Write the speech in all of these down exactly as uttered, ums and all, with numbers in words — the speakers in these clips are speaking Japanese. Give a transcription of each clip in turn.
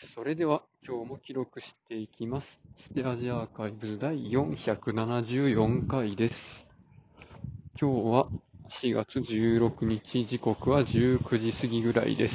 それでは今日も記録していきます。スペアジアーカイブズ第よんひゃくななじゅうよんかいです。今日はしがつじゅうろくにち、時刻はじゅうくじ過ぎぐらいです。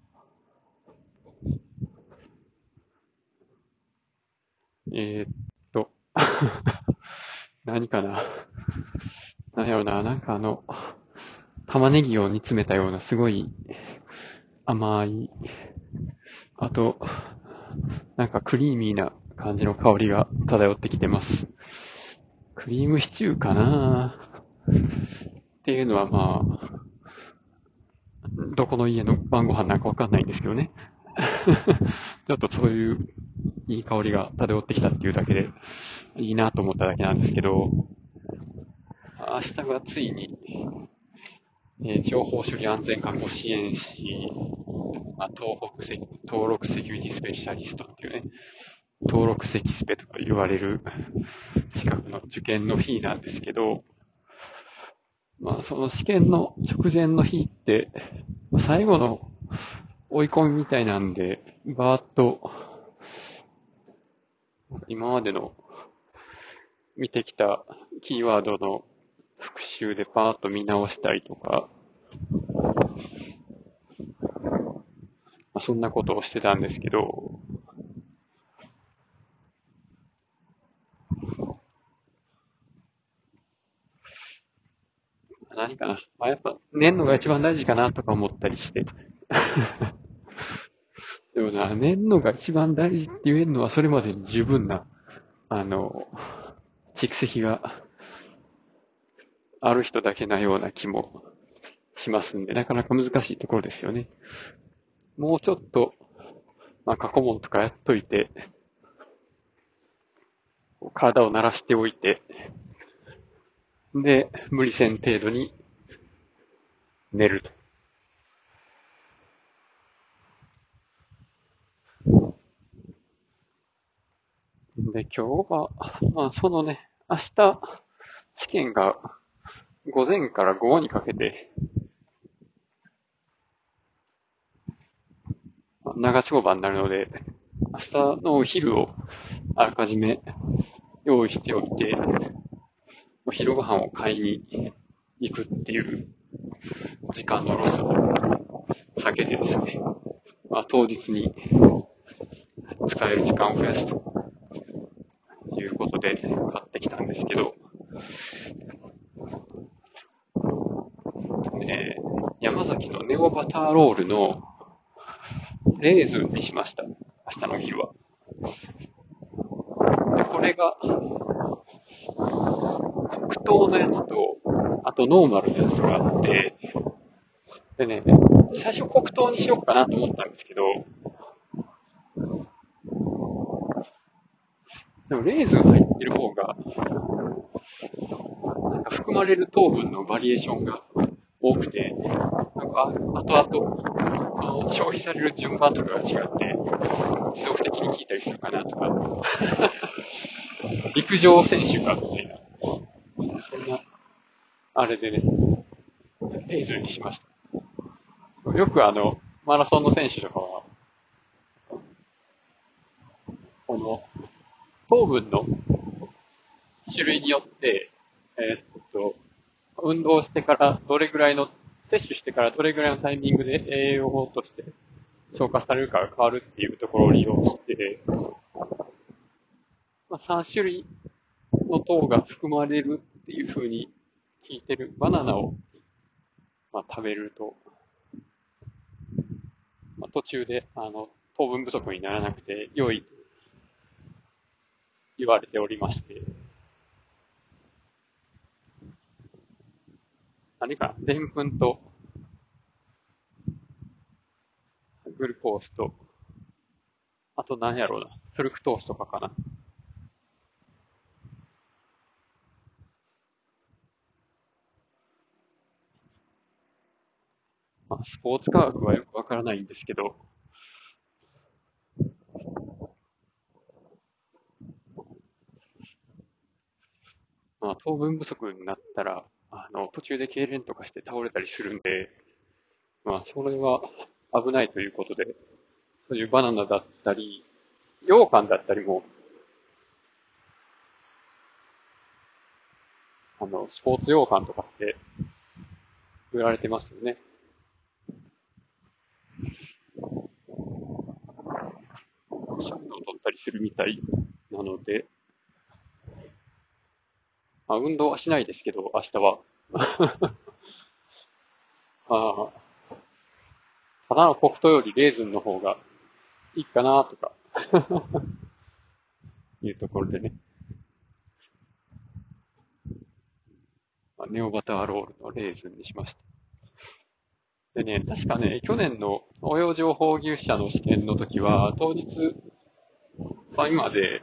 えー、っと、何かな何やろな、なんかあの、玉ねぎを煮詰めたようなすごい甘い、あと、なんかクリーミーな感じの香りが漂ってきてます。クリームシチューかなっていうのはまあ、どこの家の晩ご飯なんかわかんないんですけどね。ちょっとそういういい香りが漂ってきたっていうだけでいいなと思っただけなんですけど、明日がついに、えー情報処理安全確保支援士、まあ、東北セ登録セキュリティスペシャリストっていうね、登録セキスペとか言われる資格の受験の日なんですけど、まあその試験の直前の日って、最後の追い込みみたいなんで、バーっと今までの見てきたキーワードの復習でパーッと見直したりとか、まあ、そんなことをしてたんですけど、何かな。まあ、やっぱ寝るのが一番大事かなとか思ったりして。でもな、寝るのが一番大事って言えるのはそれまでに十分な、あの、蓄積がある人だけなような気もしますんで、なかなか難しいところですよね。もうちょっと、まあ、過去問とかやっといて、体を慣らしておいて、で、無理せん程度に寝ると。で、今日は、まあ、そのね、明日、試験が午前から午後にかけて、長丁場になるので、明日のお昼をあらかじめ用意しておいて、お昼ご飯を買いに行くっていう時間のロスを避けてですね、まあ、当日に使える時間を増やすということで買ってきたんですけど、えー山崎のネオバターロールのレーズンにしました。明日の昼は。で、これが黒糖のやつと、あとノーマルのやつがあって、でね、最初黒糖にしようかなと思ったんですけど、でもレーズン入ってる方が、なんか含まれる糖分のバリエーションが多くて、なんか後々、その消費される順番とかが違って、持続的に効いたりするかなとか、陸上選手かみたいな、そんな、あれでね、レーズンにしました。よくあの、マラソンの選手とかは、この糖分の種類によって、えーっと、運動してからどれぐらいの、摂取してからどれぐらいのタイミングで栄養として消化されるかが変わるっていうところを利用して、まあ、さん種類の糖が含まれるっていう風に聞いてるバナナを、まあ、食べると、まあ、途中であの糖分不足にならなくて良いと言われておりまして、何かでんぷんとグルコースと、あと何やろうな、フルクトースとかかな。まあ、スポーツ科学はよくわからないんですけど、まあ、糖分不足になったら、あの、途中で痙攣とかして倒れたりするんで、まあ、それは危ないということで、 そういうバナナだったり、羊羹だったりも、あの、スポーツ羊羹とかって売られてますよね。そういうのを取ったりするみたいなので、まあ、運動はしないですけど、明日は。あただの黒糖よりレーズンの方がいいかなとかいうところでね、まあ、ネオバターロールのレーズンにしました。でね、確かね、去年の応用情報技術者の試験の時は、当日、ファイマで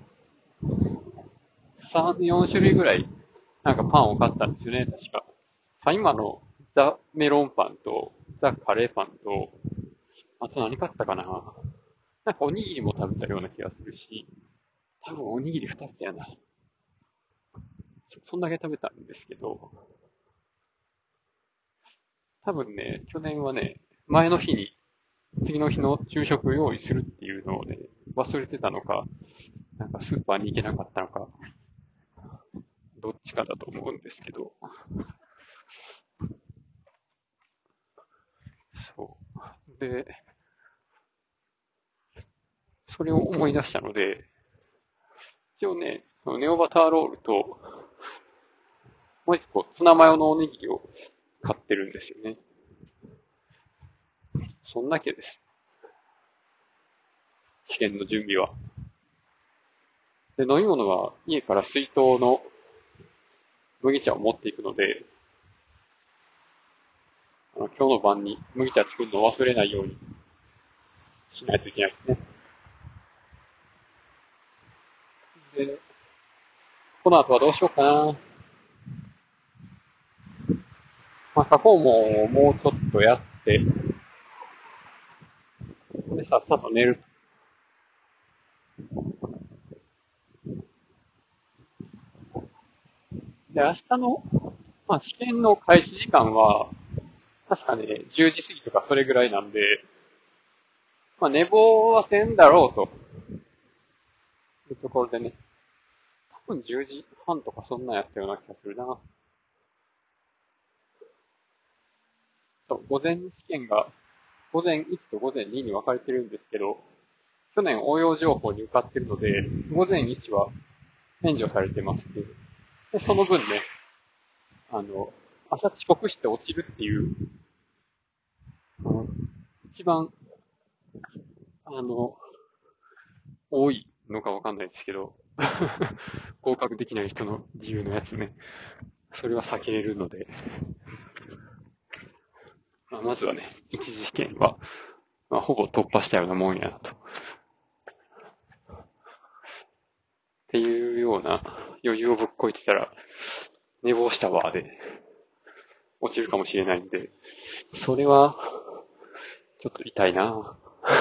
さん、よん種類ぐらい、なんかパンを買ったんですよね、確か。ファイマのザ・メロンパンと、ザ・カレーパンと、あと何買ったかな。なんかおにぎりも食べたような気がするし、多分おにぎりふたつやな。そんだけ食べたんですけど、多分ね、去年はね、前の日に次の日の昼食を用意するっていうのをね、忘れてたのか、なんかスーパーに行けなかったのか、どっちかだと思うんですけど、そう。で、それを思い出したので、一応ね、そのネオバターロールと、もう一個ツナマヨのおにぎりを買ってるんですよね。そんだけです。試験の準備は。で、飲み物は家から水筒の麦茶を持っていくので、あの今日の晩に麦茶作るのを忘れないようにしないといけないですね。で、この後はどうしようかな。まあ、過去ももうちょっとやって、で、さっさと寝る。で、明日の、まあ、試験の開始時間は、確かね、じゅうじ過ぎとかそれぐらいなんで、まあ、寝坊はせんだろうというところでね、多分じゅうじはんとかそんなんやったような気がするな。そう、午前試験が、午前いちと午前にに分かれてるんですけど、去年応用情報に受かってるので、午前いちは免除されてまして、で、その分ね、あの、朝遅刻して落ちるっていう、あの一番、あの、多いのかわかんないですけど、合格できない人の理由のやつね。それは避けれるので、まあ、まずはね、一次試験は、まあ、ほぼ突破したようなもんやなと。っていうような余裕をぶっこいてたら、寝坊したわで落ちるかもしれないんで、それは、ちょっと痛いな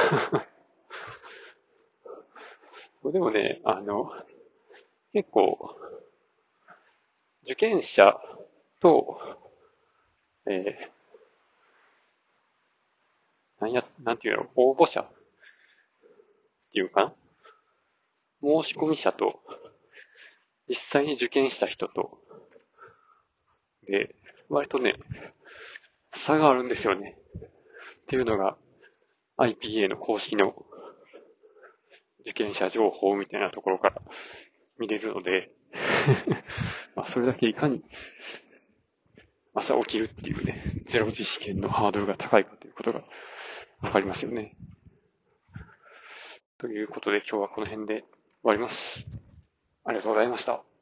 でもね、あの、結構、受験者と、えー、なんや、なんていうの、応募者っていうかな、申し込み者と、実際に受験した人と、で、割とね、差があるんですよね。っていうのが アイピーエー の公式の受験者情報みたいなところから見れるのでまあそれだけいかに朝起きるっていうね、ゼロ次試験のハードルが高いかということがわかりますよね。ということで今日はこの辺で終わります。ありがとうございました。